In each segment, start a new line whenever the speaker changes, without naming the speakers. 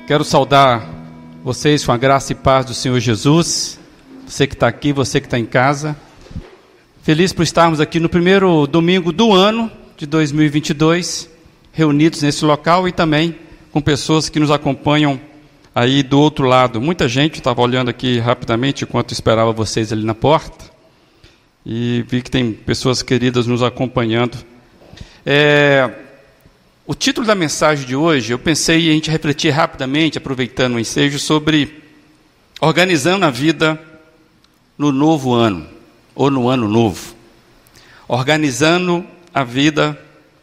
Quero saudar vocês com a graça e paz do Senhor Jesus, você que está aqui, você que está em casa. Feliz por estarmos aqui no primeiro domingo do ano de 2022, reunidos nesse local e também com pessoas que nos acompanham aí do outro lado. Muita gente, estava olhando aqui rapidamente enquanto esperava vocês ali na porta, e vi que tem pessoas queridas nos acompanhando. O título da mensagem de hoje, eu pensei em a gente refletir rapidamente, aproveitando o ensejo, sobre organizando a vida no novo ano, ou no ano novo. Organizando a vida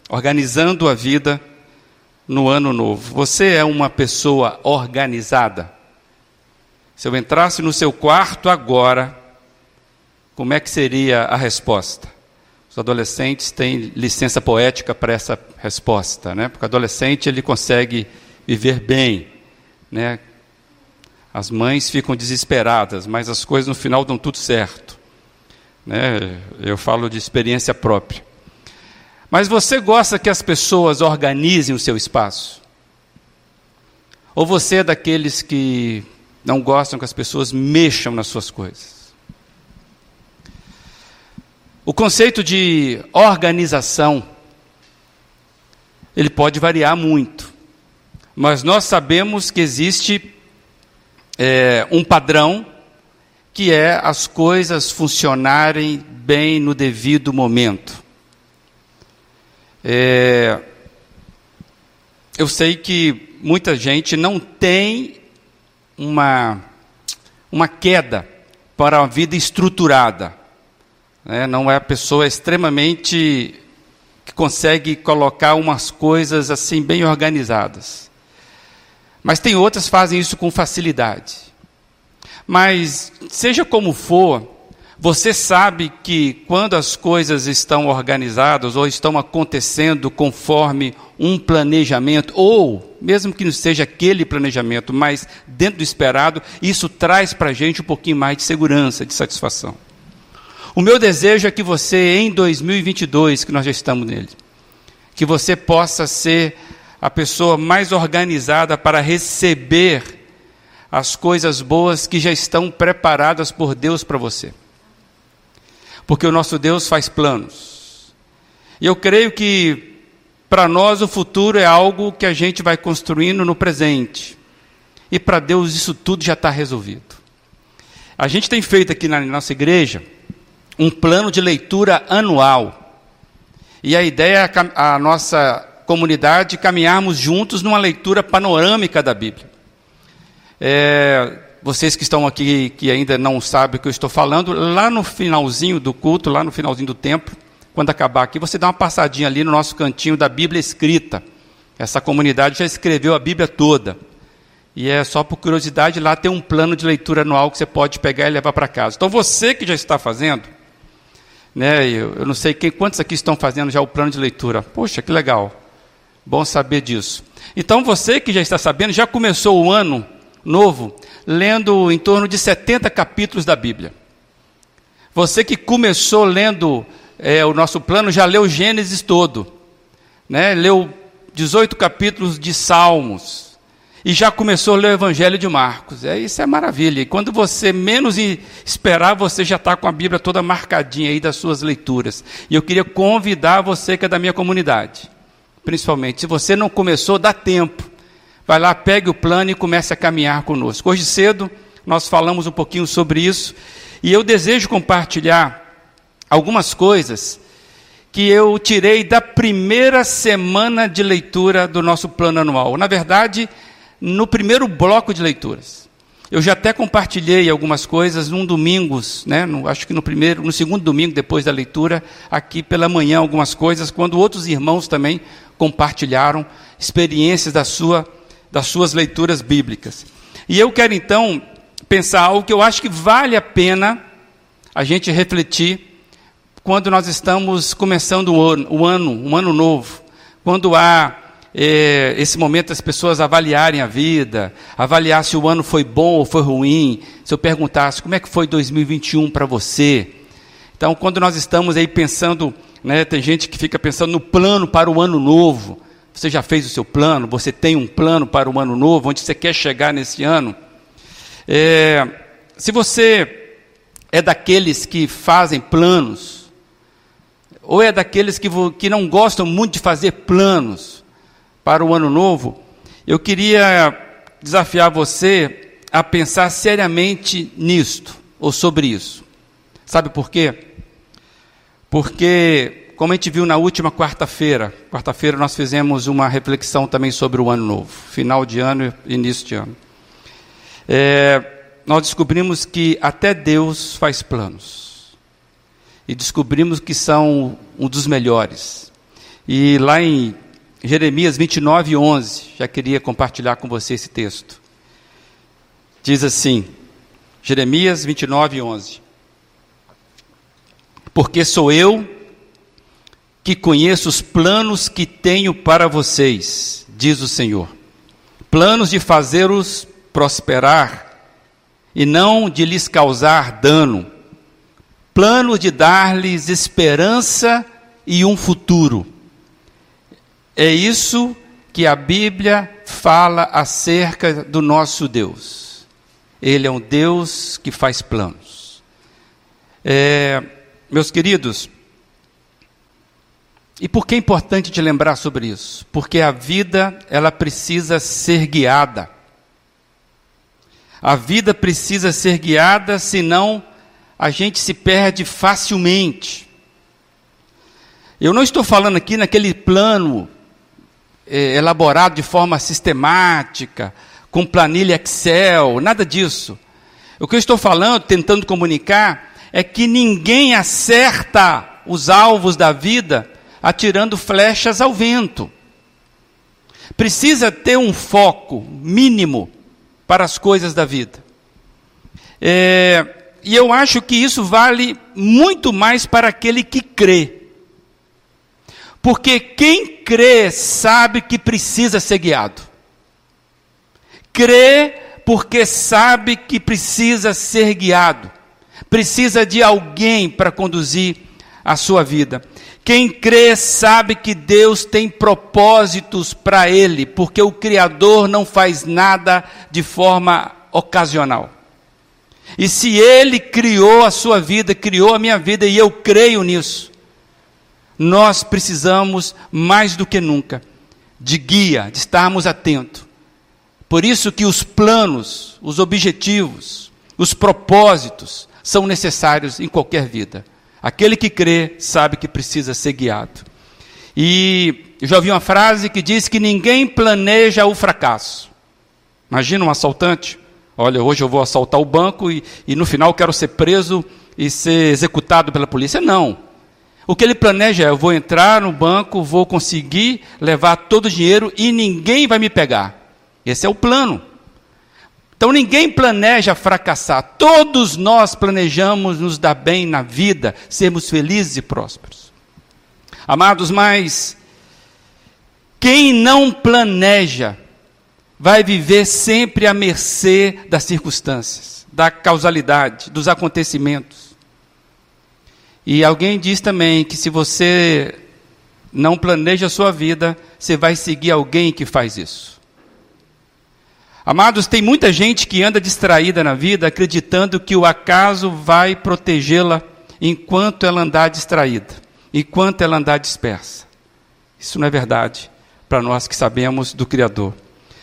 no ano novo. Você é uma pessoa organizada? Se eu entrasse no seu quarto agora, como é que seria a resposta? Os adolescentes têm licença poética para essa resposta, né? Porque o adolescente ele consegue viver bem, né? As mães ficam desesperadas, mas as coisas no final dão tudo certo, né? Eu falo de experiência própria. Mas você gosta que as pessoas organizem o seu espaço? Ou você é daqueles que não gostam que as pessoas mexam nas suas coisas? O conceito de organização, ele pode variar muito, mas nós sabemos que existe um padrão, que é as coisas funcionarem bem no devido momento. Eu sei que muita gente não tem uma queda para a vida estruturada. Não é a pessoa extremamente que consegue colocar umas coisas assim bem organizadas. Mas tem outras que fazem isso com facilidade. Mas, seja como for, você sabe que quando as coisas estão organizadas ou estão acontecendo conforme um planejamento, ou mesmo que não seja aquele planejamento, mas dentro do esperado, isso traz para a gente um pouquinho mais de segurança, de satisfação. O meu desejo é que você, em 2022, que nós já estamos nele, que você possa ser a pessoa mais organizada para receber as coisas boas que já estão preparadas por Deus para você. Porque o nosso Deus faz planos. E eu creio que, para nós, o futuro é algo que a gente vai construindo no presente. E para Deus isso tudo já está resolvido. A gente tem feito aqui na nossa igreja um plano de leitura anual. E a ideia é a nossa comunidade caminharmos juntos numa leitura panorâmica da Bíblia. Vocês que estão aqui, que ainda não sabem o que eu estou falando, lá no finalzinho do culto, lá no finalzinho do templo, quando acabar aqui, você dá uma passadinha ali no nosso cantinho da Bíblia escrita. Essa comunidade já escreveu a Bíblia toda. E é só por curiosidade, lá tem um plano de leitura anual que você pode pegar e levar para casa. Então você que já está fazendo, né, eu não sei quantos aqui estão fazendo já o plano de leitura. Poxa, que legal. Bom saber disso. Então você que já está sabendo, já começou o ano novo lendo em torno de 70 capítulos da Bíblia. Você que começou lendo o nosso plano, já leu Gênesis todo, né? Leu 18 capítulos de Salmos, e já começou a ler o Evangelho de Marcos. Isso é maravilha. E quando você menos esperar, você já está com a Bíblia toda marcadinha aí das suas leituras. E eu queria convidar você que é da minha comunidade, principalmente, se você não começou, dá tempo. Vai lá, pegue o plano e comece a caminhar conosco. Hoje cedo, nós falamos um pouquinho sobre isso. E eu desejo compartilhar algumas coisas que eu tirei da primeira semana de leitura do nosso plano anual. Na verdade, no primeiro bloco de leituras. Eu já até compartilhei algumas coisas num domingo, né? Acho que no segundo domingo depois da leitura, aqui pela manhã, algumas coisas, quando outros irmãos também compartilharam experiências das suas leituras bíblicas. E eu quero então pensar algo que eu acho que vale a pena a gente refletir quando nós estamos começando um ano novo, quando há esse momento das pessoas avaliarem a vida, avaliar se o ano foi bom ou foi ruim. Se eu perguntasse como é que foi 2021 para você. Então, quando nós estamos aí pensando, né, tem gente que fica pensando no plano para o ano novo, Você já fez o seu plano? Você tem um plano para o ano novo? Onde você quer chegar nesse ano? Se você é daqueles que fazem planos, ou é daqueles que não gostam muito de fazer planos para o ano novo, eu queria desafiar você a pensar seriamente nisto, ou sobre isso. Sabe por quê? Porque, como a gente viu na última quarta-feira nós fizemos uma reflexão também sobre o ano novo, final de ano e início de ano. Nós descobrimos que até Deus faz planos. E descobrimos que são um dos melhores. E lá em Jeremias 29:11, já queria compartilhar com você esse texto. Diz assim, Jeremias 29:11. Porque sou eu que conheço os planos que tenho para vocês, diz o Senhor. Planos de fazê-los prosperar e não de lhes causar dano. Planos de dar-lhes esperança e um futuro. É isso que a Bíblia fala acerca do nosso Deus. Ele é um Deus que faz planos. Meus queridos, e por que é importante te lembrar sobre isso? Porque a vida, ela precisa ser guiada. A vida precisa ser guiada, senão a gente se perde facilmente. Eu não estou falando aqui naquele plano elaborado de forma sistemática, com planilha Excel, nada disso. O que eu estou falando, tentando comunicar, é que ninguém acerta os alvos da vida atirando flechas ao vento. Precisa ter um foco mínimo para as coisas da vida. E eu acho que isso vale muito mais para aquele que crê. Porque quem crê sabe que precisa ser guiado. Crê porque sabe que precisa ser guiado. Precisa de alguém para conduzir a sua vida. Quem crê sabe que Deus tem propósitos para ele, porque o Criador não faz nada de forma ocasional. E se Ele criou a sua vida, criou a minha vida, e eu creio nisso, nós precisamos, mais do que nunca, de guia, de estarmos atentos. Por isso que os planos, os objetivos, os propósitos são necessários em qualquer vida. Aquele que crê sabe que precisa ser guiado. E eu já ouvi uma frase que diz que ninguém planeja o fracasso. Imagina um assaltante. Olha, hoje eu vou assaltar o banco e no final quero ser preso e ser executado pela polícia. Não. O que ele planeja é, eu vou entrar no banco, vou conseguir levar todo o dinheiro e ninguém vai me pegar. Esse é o plano. Então ninguém planeja fracassar. Todos nós planejamos nos dar bem na vida, sermos felizes e prósperos. Amados, mas quem não planeja vai viver sempre à mercê das circunstâncias, da causalidade, dos acontecimentos. E alguém diz também que se você não planeja a sua vida, você vai seguir alguém que faz isso. Amados, tem muita gente que anda distraída na vida, acreditando que o acaso vai protegê-la enquanto ela andar distraída, enquanto ela andar dispersa. Isso não é verdade para nós que sabemos do Criador.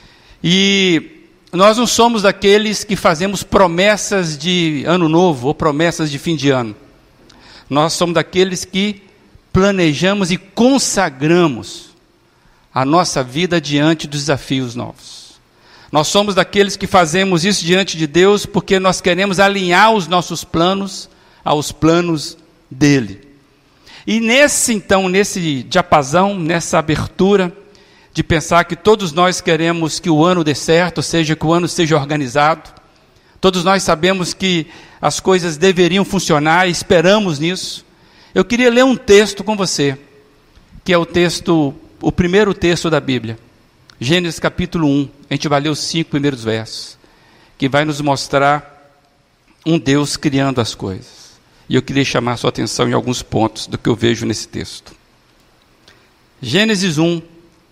E nós não somos daqueles que fazemos promessas de ano novo ou promessas de fim de ano. Nós somos daqueles que planejamos e consagramos a nossa vida diante dos desafios novos. Nós somos daqueles que fazemos isso diante de Deus porque nós queremos alinhar os nossos planos aos planos dele. E nesse diapasão, nessa abertura de pensar que todos nós queremos que o ano dê certo, ou seja, que o ano seja organizado, todos nós sabemos que as coisas deveriam funcionar e esperamos nisso. Eu queria ler um texto com você, que é o primeiro texto da Bíblia. Gênesis capítulo 1, a gente vai ler os 5 primeiros versos, que vai nos mostrar um Deus criando as coisas. E eu queria chamar a sua atenção em alguns pontos do que eu vejo nesse texto. Gênesis 1,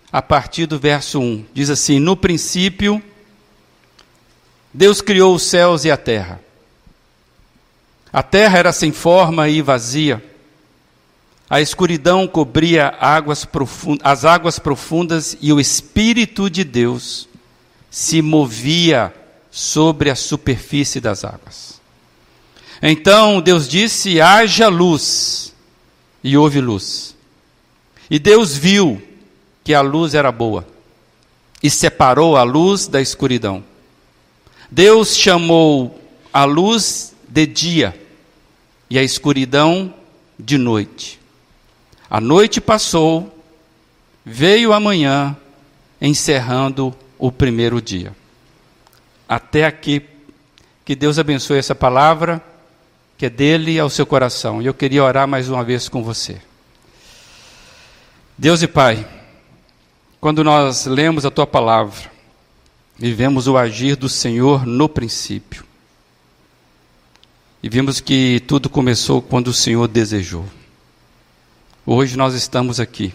a partir do verso 1. Diz assim: no princípio, Deus criou os céus e a terra. A terra era sem forma e vazia. A escuridão cobria as águas profundas e o Espírito de Deus se movia sobre a superfície das águas. Então Deus disse: haja luz, e houve luz. E Deus viu que a luz era boa, e separou a luz da escuridão. Deus chamou a luz de dia, e a escuridão de noite. A noite passou, veio a manhã, encerrando o primeiro dia. Até aqui, que Deus abençoe essa palavra, que é dele ao seu coração. E eu queria orar mais uma vez com você. Deus e Pai, quando nós lemos a Tua palavra, e vemos o agir do Senhor no princípio, e vimos que tudo começou quando o Senhor desejou. Hoje nós estamos aqui,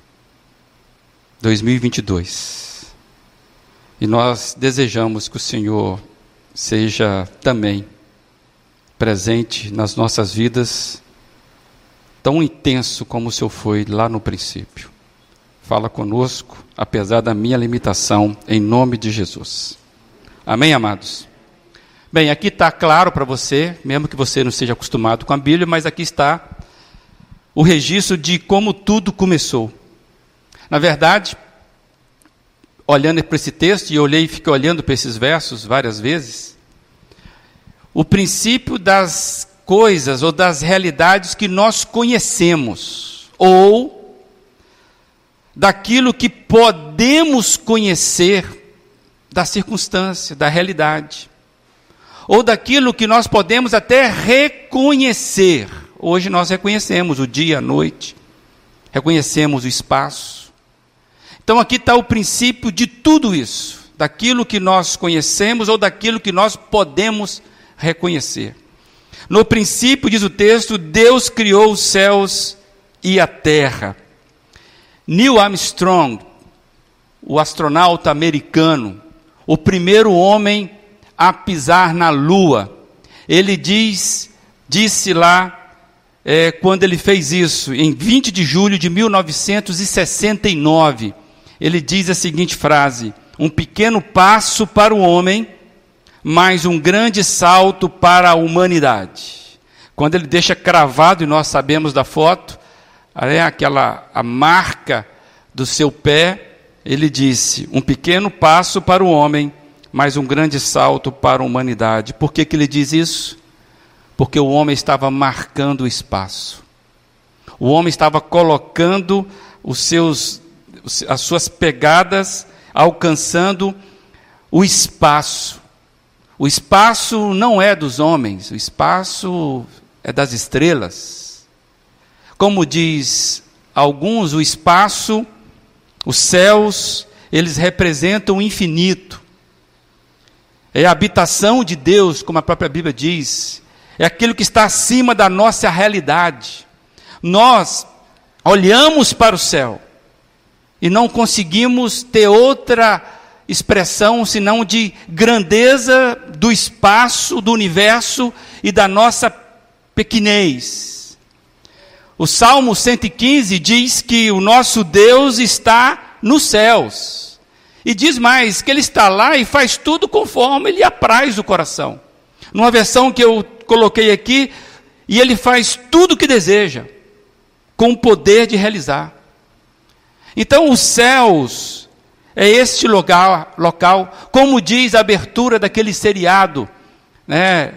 2022, e nós desejamos que o Senhor seja também presente nas nossas vidas, tão intenso como o Senhor foi lá no princípio. Fala conosco, apesar da minha limitação, em nome de Jesus. Amém, amados? Bem, aqui está claro para você, mesmo que você não seja acostumado com a Bíblia, mas aqui está o registro de como tudo começou. Na verdade, olhando para esse texto, e eu olhei e fiquei olhando para esses versos várias vezes, o princípio das coisas ou das realidades que nós conhecemos, ou daquilo que podemos conhecer da circunstância, da realidade, ou daquilo que nós podemos até reconhecer. Hoje nós reconhecemos o dia, a noite, reconhecemos o espaço. Então aqui está o princípio de tudo isso, daquilo que nós conhecemos ou daquilo que nós podemos reconhecer. No princípio, diz o texto, Deus criou os céus e a terra. Neil Armstrong, o astronauta americano, o primeiro homem a pisar na Lua, ele disse lá, quando ele fez isso, em 20 de julho de 1969, ele diz a seguinte frase: um pequeno passo para o homem, mas um grande salto para a humanidade. Quando ele deixa cravado, e nós sabemos da foto, a marca do seu pé, ele disse: um pequeno passo para o homem, mas um grande salto para a humanidade. Por que ele diz isso? Porque o homem estava marcando o espaço. O homem estava colocando as suas pegadas, alcançando o espaço. O espaço não é dos homens, o espaço é das estrelas. Como diz alguns, o espaço, os céus, eles representam o infinito. É a habitação de Deus, como a própria Bíblia diz. É aquilo que está acima da nossa realidade. Nós olhamos para o céu e não conseguimos ter outra expressão senão de grandeza do espaço, do universo e da nossa pequenez. O Salmo 115 diz que o nosso Deus está nos céus. E diz mais, que Ele está lá e faz tudo conforme Ele apraz o coração. Numa versão que eu coloquei aqui, e Ele faz tudo o que deseja, com o poder de realizar. Então os céus é este local, como diz a abertura daquele seriado, né,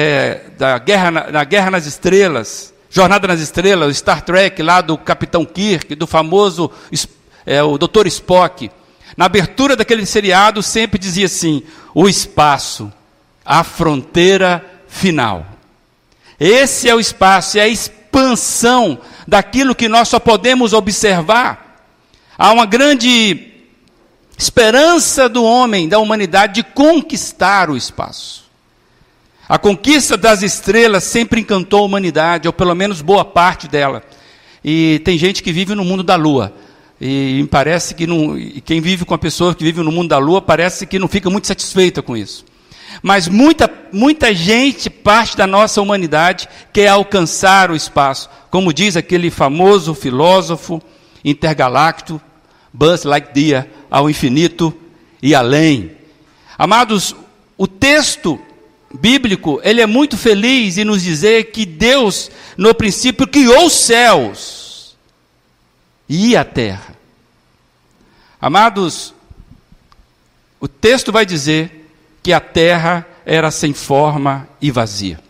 na Guerra nas Estrelas, Jornada nas Estrelas, Star Trek, lá do Capitão Kirk, do famoso o Dr. Spock. Na abertura daquele seriado sempre dizia assim: o espaço, a fronteira final. Esse é o espaço, é a expansão daquilo que nós só podemos observar. Há uma grande esperança do homem, da humanidade, de conquistar o espaço. A conquista das estrelas sempre encantou a humanidade, ou pelo menos boa parte dela. E tem gente que vive no mundo da lua. E me parece que quem vive com a pessoa que vive no mundo da lua, parece que não fica muito satisfeita com isso. Mas muita gente, parte da nossa humanidade, quer alcançar o espaço. Como diz aquele famoso filósofo intergaláctico, Buzz Lightyear, ao infinito e além. Amados, o texto bíblico, ele é muito feliz em nos dizer que Deus, no princípio, criou os céus e a terra. Amados, o texto vai dizer que a terra era sem forma e vazia.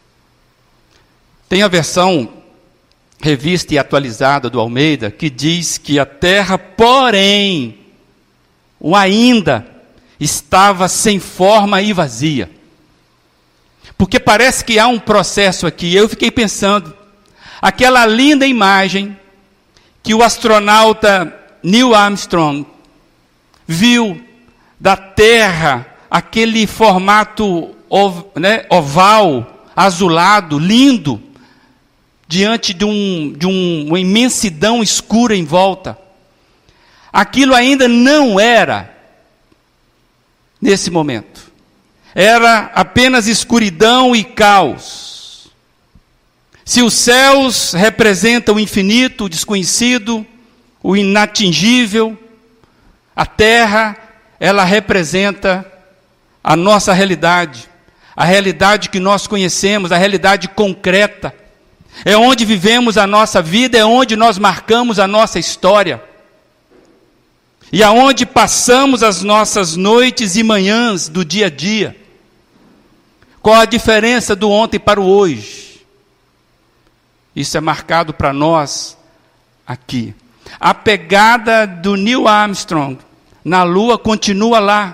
Tem a versão revista e atualizada do Almeida, que diz que a terra, porém, ou ainda, estava sem forma e vazia. Porque parece que há um processo aqui. Eu fiquei pensando, aquela linda imagem que o astronauta Neil Armstrong viu da Terra, aquele formato oval, azulado, lindo, diante de uma imensidão escura em volta. Aquilo ainda não era nesse momento. Era apenas escuridão e caos. Se os céus representam o infinito, o desconhecido, o inatingível, a terra, ela representa a nossa realidade, a realidade que nós conhecemos, a realidade concreta. É onde vivemos a nossa vida, é onde nós marcamos a nossa história. E aonde passamos as nossas noites e manhãs do dia a dia. Qual a diferença do ontem para o hoje? Isso é marcado para nós aqui. A pegada do Neil Armstrong na Lua continua lá.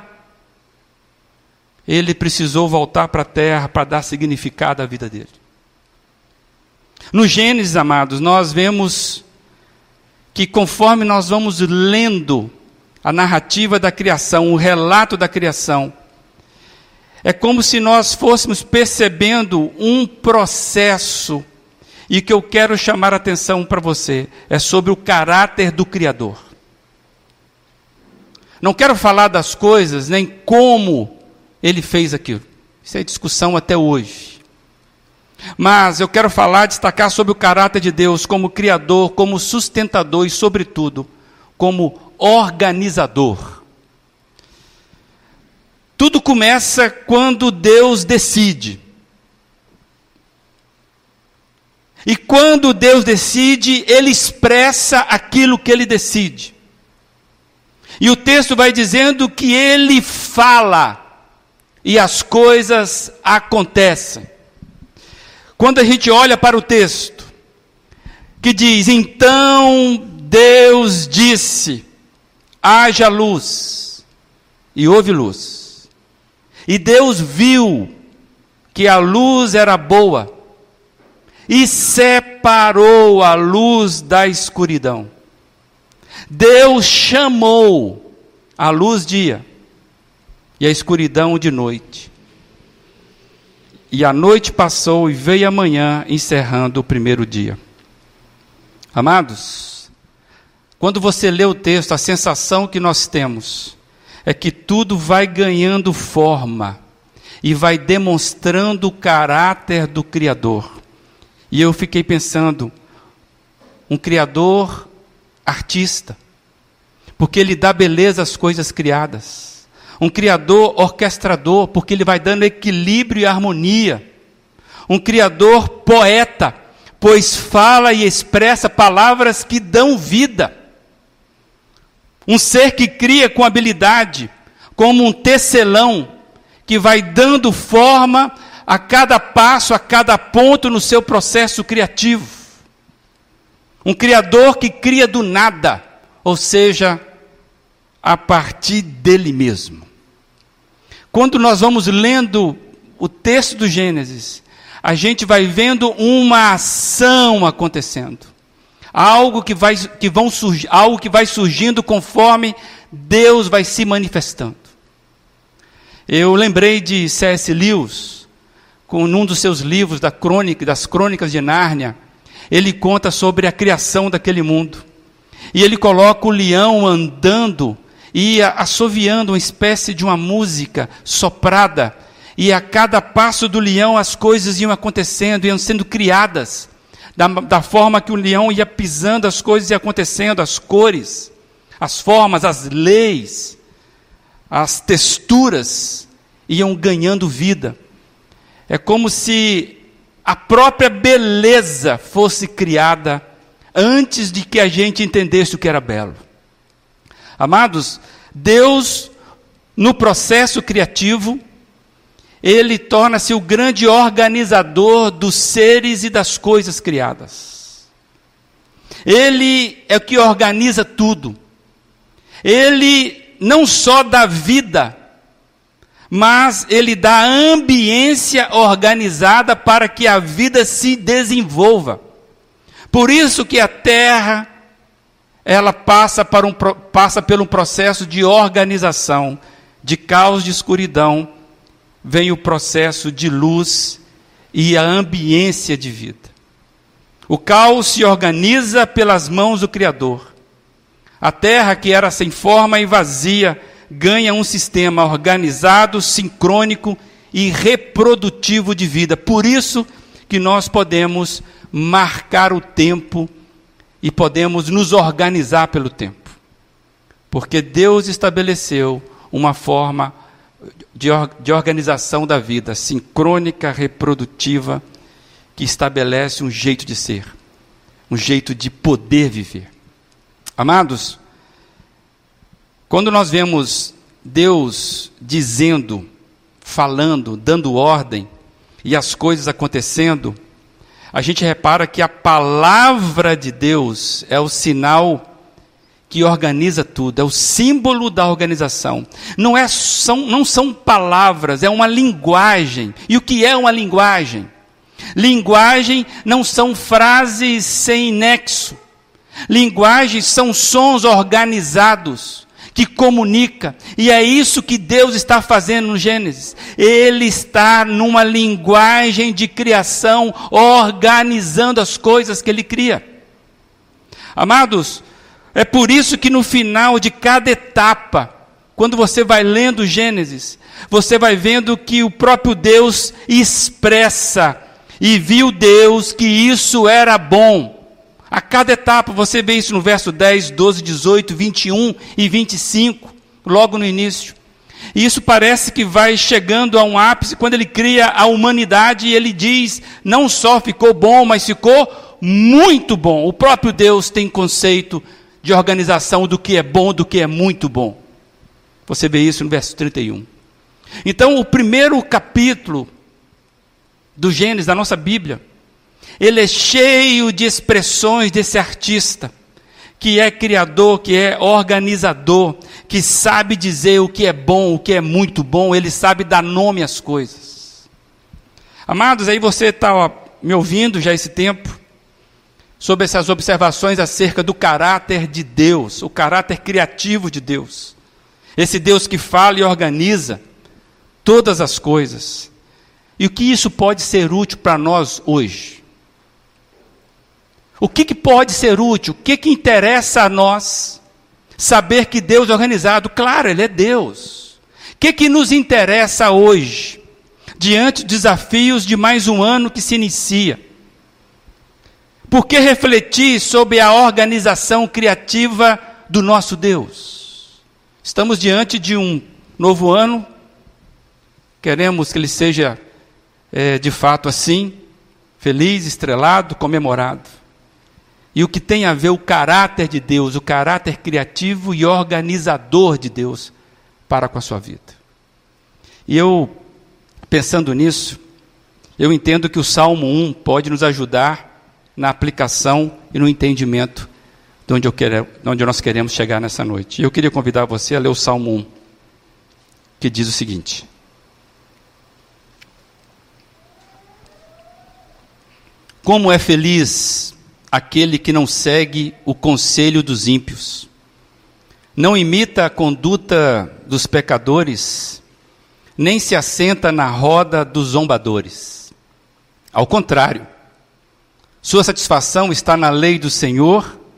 Ele precisou voltar para a Terra para dar significado à vida dele. No Gênesis, amados, nós vemos que conforme nós vamos lendo a narrativa da criação, o relato da criação, é como se nós fôssemos percebendo um processo, e que eu quero chamar a atenção para você, é sobre o caráter do Criador. Não quero falar das coisas, nem como ele fez aquilo. Isso é discussão até hoje. Mas eu quero falar, destacar sobre o caráter de Deus como Criador, como sustentador e, sobretudo, como organizador. Tudo começa quando Deus decide. E quando Deus decide, Ele expressa aquilo que Ele decide. E o texto vai dizendo que Ele fala e as coisas acontecem. Quando a gente olha para o texto, que diz, então Deus disse, haja luz, e houve luz. E Deus viu que a luz era boa, e separou a luz da escuridão. Deus chamou a luz dia, e a escuridão de noite. E a noite passou e veio a manhã, encerrando o primeiro dia. Amados, quando você lê o texto, a sensação que nós temos é que tudo vai ganhando forma e vai demonstrando o caráter do Criador. E eu fiquei pensando, um Criador artista, porque Ele dá beleza às coisas criadas. Um Criador orquestrador, porque Ele vai dando equilíbrio e harmonia. Um Criador poeta, pois fala e expressa palavras que dão vida. Um ser que cria com habilidade, como um tecelão, que vai dando forma a cada passo, a cada ponto no seu processo criativo. Um Criador que cria do nada, ou seja, a partir dele mesmo. Quando nós vamos lendo o texto do Gênesis, a gente vai vendo uma ação acontecendo. Algo que vai surgindo conforme Deus vai se manifestando. Eu lembrei de C.S. Lewis, num dos seus livros das Crônicas de Nárnia, ele conta sobre a criação daquele mundo. E ele coloca o leão andando e assoviando uma espécie de uma música soprada. E a cada passo do leão as coisas iam acontecendo, iam sendo criadas. Da forma que o leão ia pisando, as coisas iam acontecendo, as cores, as formas, as leis, as texturas iam ganhando vida. É como se a própria beleza fosse criada antes de que a gente entendesse o que era belo. Amados, Deus, no processo criativo, Ele torna-se o grande organizador dos seres e das coisas criadas. Ele é o que organiza tudo. Ele não só dá vida, mas Ele dá a ambiência organizada para que a vida se desenvolva. Por isso que a terra, ela passa por um processo de organização, de caos, de escuridão, vem o processo de luz e a ambiência de vida. O caos se organiza pelas mãos do Criador. A terra, que era sem forma e vazia, ganha um sistema organizado, sincrônico e reprodutivo de vida. Por isso que nós podemos marcar o tempo e podemos nos organizar pelo tempo. Porque Deus estabeleceu uma forma de organização da vida, sincrônica, reprodutiva, que estabelece um jeito de ser, um jeito de poder viver. Amados, quando nós vemos Deus dizendo, falando, dando ordem, e as coisas acontecendo, a gente repara que a palavra de Deus é o sinal que organiza tudo, é o símbolo da organização. Não são palavras, é uma linguagem. E o que é uma linguagem? Linguagem não são frases sem nexo. Linguagens são sons organizados, que comunica. E é isso que Deus está fazendo no Gênesis. Ele está numa linguagem de criação, organizando as coisas que Ele cria. Amados, é por isso que no final de cada etapa, quando você vai lendo o Gênesis, você vai vendo que o próprio Deus expressa, e viu Deus que isso era bom. A cada etapa, você vê isso no verso 10, 12, 18, 21 e 25, logo no início. E isso parece que vai chegando a um ápice quando Ele cria a humanidade e Ele diz, não só ficou bom, mas ficou muito bom. O próprio Deus tem conceito de organização do que é bom, do que é muito bom. Você vê isso no verso 31. Então, o primeiro capítulo do Gênesis, da nossa Bíblia, ele é cheio de expressões desse artista, que é criador, que é organizador, que sabe dizer o que é bom, o que é muito bom, ele sabe dar nome às coisas. Amados, aí você está me ouvindo já esse tempo, sobre essas observações acerca do caráter de Deus, o caráter criativo de Deus. Esse Deus que fala e organiza todas as coisas. E o que isso pode ser útil para nós hoje? O que pode ser útil? O que interessa a nós? Saber que Deus é organizado. Claro, Ele é Deus. O que nos interessa hoje? Diante dos desafios de mais um ano que se inicia. Por que refletir sobre a organização criativa do nosso Deus? Estamos diante de um novo ano. Queremos que ele seja, de fato, assim, feliz, estrelado, comemorado. E o que tem a ver o caráter de Deus, o caráter criativo e organizador de Deus para com a sua vida. E eu, pensando nisso, eu entendo que o Salmo 1 pode nos ajudar na aplicação e no entendimento de onde nós queremos chegar nessa noite. E eu queria convidar você a ler o Salmo 1, que diz o seguinte: como é feliz aquele que não segue o conselho dos ímpios, não imita a conduta dos pecadores, nem se assenta na roda dos zombadores. Ao contrário, sua satisfação está na lei do Senhor,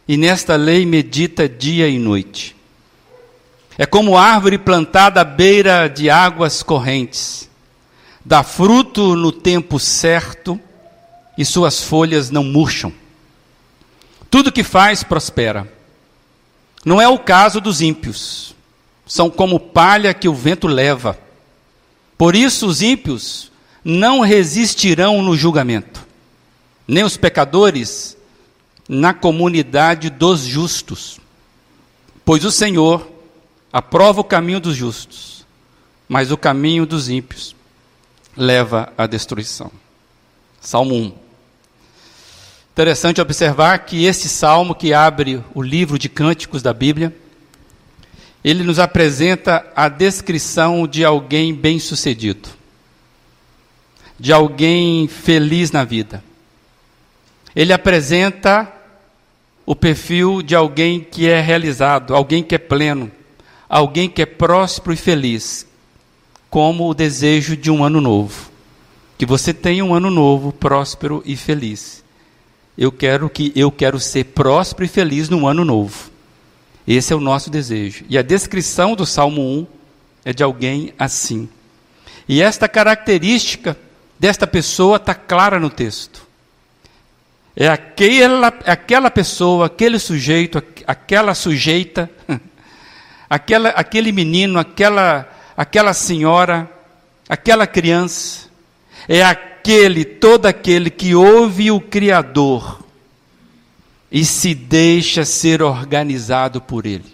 e nesta lei medita dia e noite. É como árvore plantada à beira de águas correntes. Dá fruto no tempo certo e suas folhas não murcham. Tudo que faz prospera. Não é o caso dos ímpios. São como palha que o vento leva. Por isso os ímpios não resistirão no julgamento, nem os pecadores na comunidade dos justos. Pois o Senhor aprova o caminho dos justos, mas o caminho dos ímpios leva à destruição. Salmo 1. Interessante observar que este salmo que abre o livro de cânticos da Bíblia, ele nos apresenta a descrição de alguém bem-sucedido, de alguém feliz na vida. Ele apresenta o perfil de alguém que é realizado, alguém que é pleno, alguém que é próspero e feliz, como o desejo de um ano novo. Que você tenha um ano novo, próspero e feliz. Eu quero ser próspero e feliz num ano novo. Esse é o nosso desejo. E a descrição do Salmo 1 é de alguém assim. E esta característica desta pessoa está clara no texto. É aquela pessoa, aquele sujeito, aquela sujeita, aquele menino, aquela senhora, aquela criança, é todo aquele que ouve o Criador e se deixa ser organizado por Ele.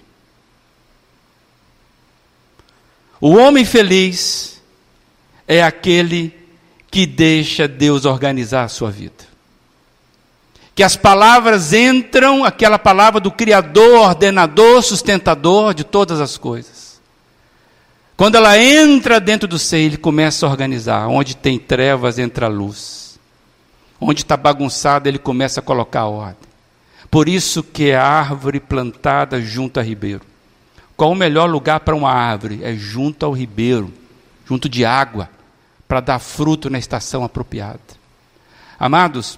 O homem feliz é aquele que deixa Deus organizar a sua vida. Que as palavras entram, aquela palavra do Criador, ordenador, sustentador de todas as coisas. Quando ela entra dentro do ser, ele começa a organizar. Onde tem trevas, entra a luz. Onde está bagunçado, ele começa a colocar a ordem. Por isso que é árvore plantada junto a ribeiro. Qual o melhor lugar para uma árvore? É junto ao ribeiro, junto de água, para dar fruto na estação apropriada. Amados,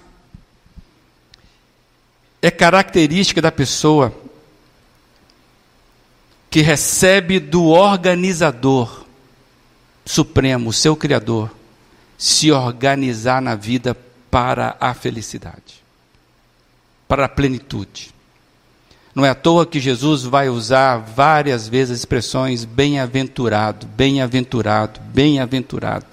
é característica da pessoa que recebe do organizador supremo, o seu Criador, se organizar na vida para a felicidade, para a plenitude. Não é à toa que Jesus vai usar várias vezes as expressões bem-aventurado, bem-aventurado, bem-aventurado.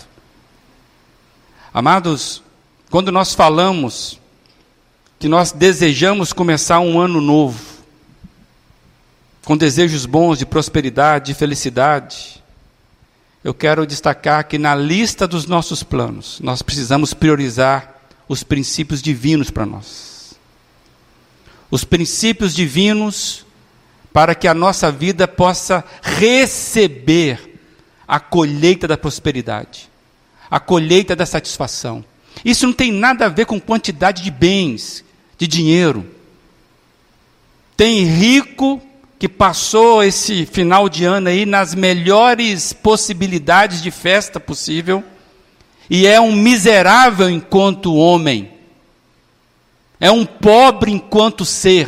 Amados, quando nós falamos que nós desejamos começar um ano novo, com desejos bons de prosperidade, de felicidade, eu quero destacar que na lista dos nossos planos, nós precisamos priorizar os princípios divinos para nós. Os princípios divinos para que a nossa vida possa receber a colheita da prosperidade, a colheita da satisfação. Isso não tem nada a ver com quantidade de bens, de dinheiro. Tem rico que passou esse final de ano aí nas melhores possibilidades de festa possível, e é um miserável enquanto homem, é um pobre enquanto ser.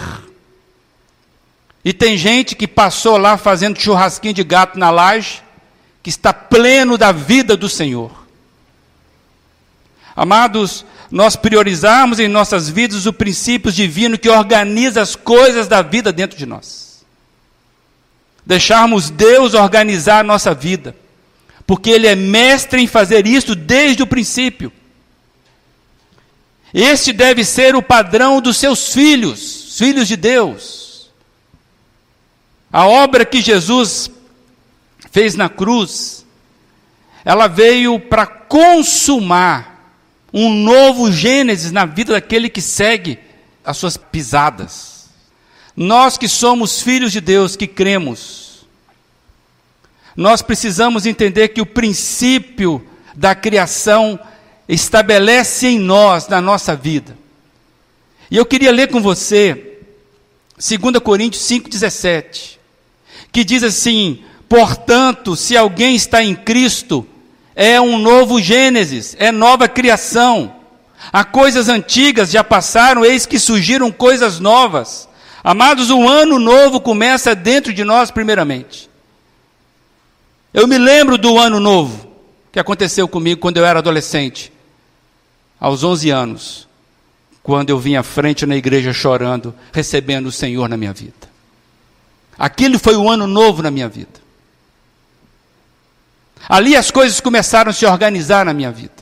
E tem gente que passou lá fazendo churrasquinho de gato na laje, que está pleno da vida do Senhor. Amados, nós priorizarmos em nossas vidas o princípio divino que organiza as coisas da vida dentro de nós. Deixarmos Deus organizar a nossa vida, porque Ele é mestre em fazer isso desde o princípio. Este deve ser o padrão dos seus filhos, filhos de Deus. A obra que Jesus fez na cruz, ela veio para consumar um novo Gênesis na vida daquele que segue as suas pisadas. Nós que somos filhos de Deus, que cremos, nós precisamos entender que o princípio da criação estabelece em nós, na nossa vida. E eu queria ler com você 2 Coríntios 5,17, que diz assim: portanto, se alguém está em Cristo, é um novo Gênesis, é nova criação. Há coisas antigas já passaram, eis que surgiram coisas novas. Amados, um ano novo começa dentro de nós primeiramente. Eu me lembro do ano novo que aconteceu comigo quando eu era adolescente, aos 11 anos, quando eu vim à frente na igreja chorando, recebendo o Senhor na minha vida. Aquele foi o ano novo na minha vida. Ali as coisas começaram a se organizar na minha vida.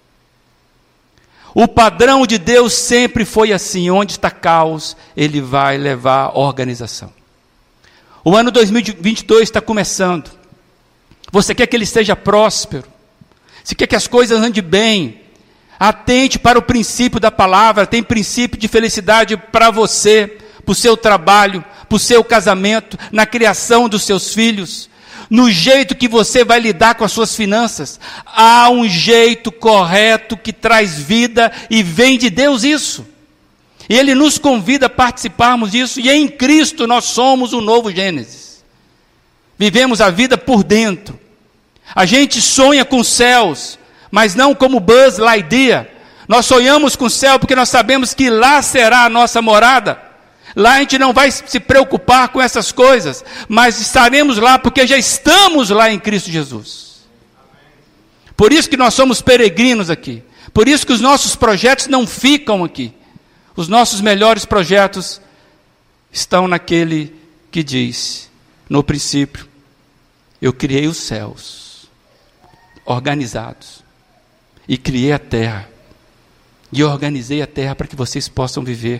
O padrão de Deus sempre foi assim: onde está caos, Ele vai levar organização. O ano 2022 está começando. Você quer que ele seja próspero? Você quer que as coisas andem bem? Atente para o princípio da palavra. Tem princípio de felicidade para você, para o seu trabalho, para o seu casamento, na criação dos seus filhos, no jeito que você vai lidar com as suas finanças. Há um jeito correto que traz vida e vem de Deus isso. E Ele nos convida a participarmos disso, e em Cristo nós somos o novo Gênesis. Vivemos a vida por dentro. A gente sonha com os céus, mas não como Buzz Lightyear. Nós sonhamos com o céu porque nós sabemos que lá será a nossa morada. Lá a gente não vai se preocupar com essas coisas, mas estaremos lá porque já estamos lá em Cristo Jesus. Por isso que nós somos peregrinos aqui. Por isso que os nossos projetos não ficam aqui. Os nossos melhores projetos estão naquele que diz: no princípio, eu criei os céus organizados, e criei a terra, e organizei a terra para que vocês possam viver.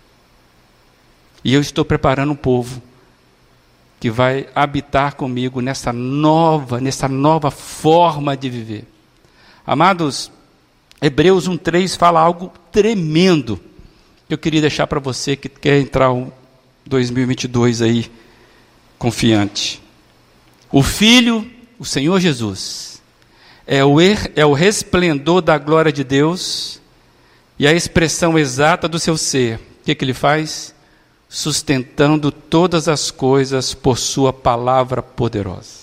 E eu estou preparando um povo que vai habitar comigo nessa nova forma de viver. Amados, Hebreus 1:3 fala algo tremendo que eu queria deixar para você que quer entrar um 2022 aí confiante. O Filho, o Senhor Jesus, é o resplendor da glória de Deus e a expressão exata do seu ser. O que ele faz? Sustentando todas as coisas por sua palavra poderosa.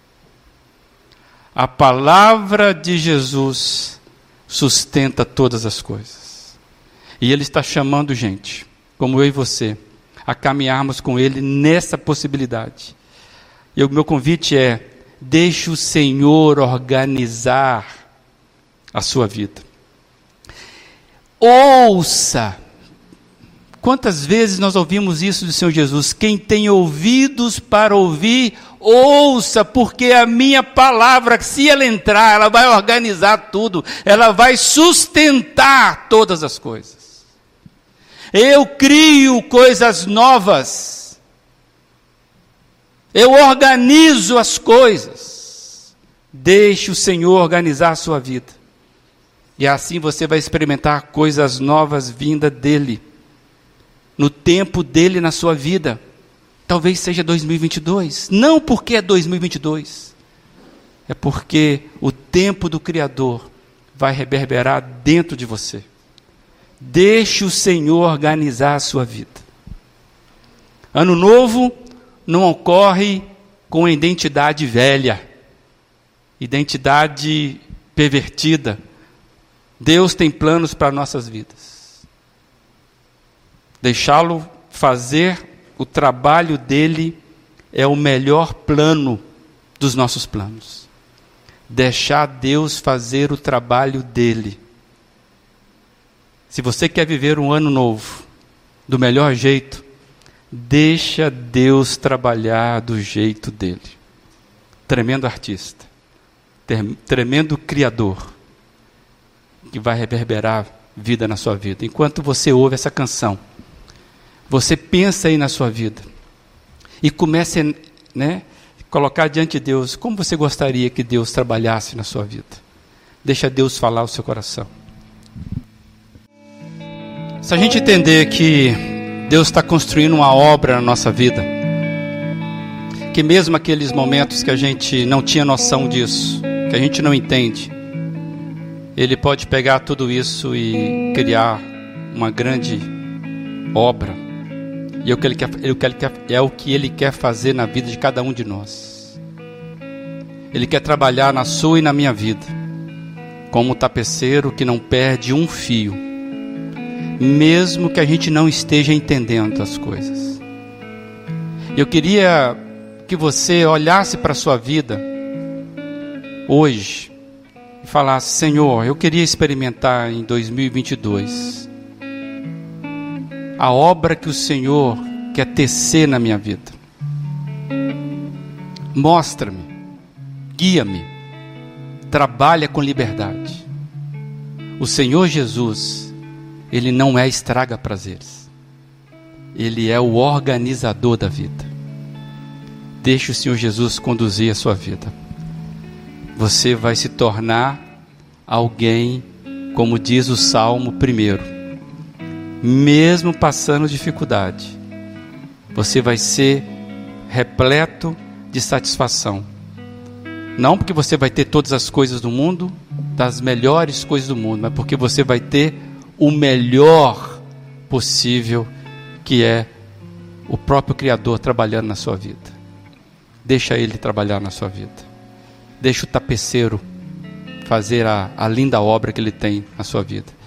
A palavra de Jesus sustenta todas as coisas. E Ele está chamando gente, como eu e você, a caminharmos com Ele nessa possibilidade. E o meu convite é: deixe o Senhor organizar a sua vida. Ouça. Quantas vezes nós ouvimos isso do Senhor Jesus? Quem tem ouvidos para ouvir, ouça, porque a minha palavra, se ela entrar, ela vai organizar tudo, ela vai sustentar todas as coisas. Eu crio coisas novas, eu organizo as coisas. Deixe o Senhor organizar a sua vida, e assim você vai experimentar coisas novas vindas dEle, no tempo dEle na sua vida. Talvez seja 2022, não porque é 2022, é porque o tempo do Criador vai reverberar dentro de você. Deixe o Senhor organizar a sua vida. Ano novo não ocorre com identidade velha, identidade pervertida. Deus tem planos para nossas vidas. Deixá-lo fazer o trabalho dele é o melhor plano dos nossos planos. Deixar Deus fazer o trabalho dele. Se você quer viver um ano novo do melhor jeito, deixa Deus trabalhar do jeito dele. Tremendo artista, tremendo criador, que vai reverberar vida na sua vida. Enquanto você ouve essa canção, você pensa aí na sua vida e comece a colocar diante de Deus como você gostaria que Deus trabalhasse na sua vida. Deixa Deus falar o seu coração. Se a gente entender que Deus está construindo uma obra na nossa vida, que mesmo aqueles momentos que a gente não tinha noção disso, que a gente não entende, Ele pode pegar tudo isso e criar uma grande obra. E é o que Ele quer fazer na vida de cada um de nós. Ele quer trabalhar na sua e na minha vida, como um tapeceiro que não perde um fio. mesmo que a gente não esteja entendendo as coisas. Eu queria que você olhasse para a sua vida hoje e falasse: Senhor, eu queria experimentar em 2022 a obra que o Senhor quer tecer na minha vida. Mostra-me, guia-me, trabalha com liberdade. O Senhor Jesus, Ele não é estraga-prazeres, Ele é o organizador da vida. Deixe o Senhor Jesus conduzir a sua vida. Você vai se tornar alguém, como diz o Salmo 1, mesmo passando dificuldade, você vai ser repleto de satisfação. Não porque você vai ter todas as coisas do mundo, das melhores coisas do mundo, mas porque você vai ter o melhor possível, que é o próprio Criador trabalhando na sua vida. Deixa Ele trabalhar na sua vida. Deixa o tapeceiro fazer a linda obra que Ele tem na sua vida.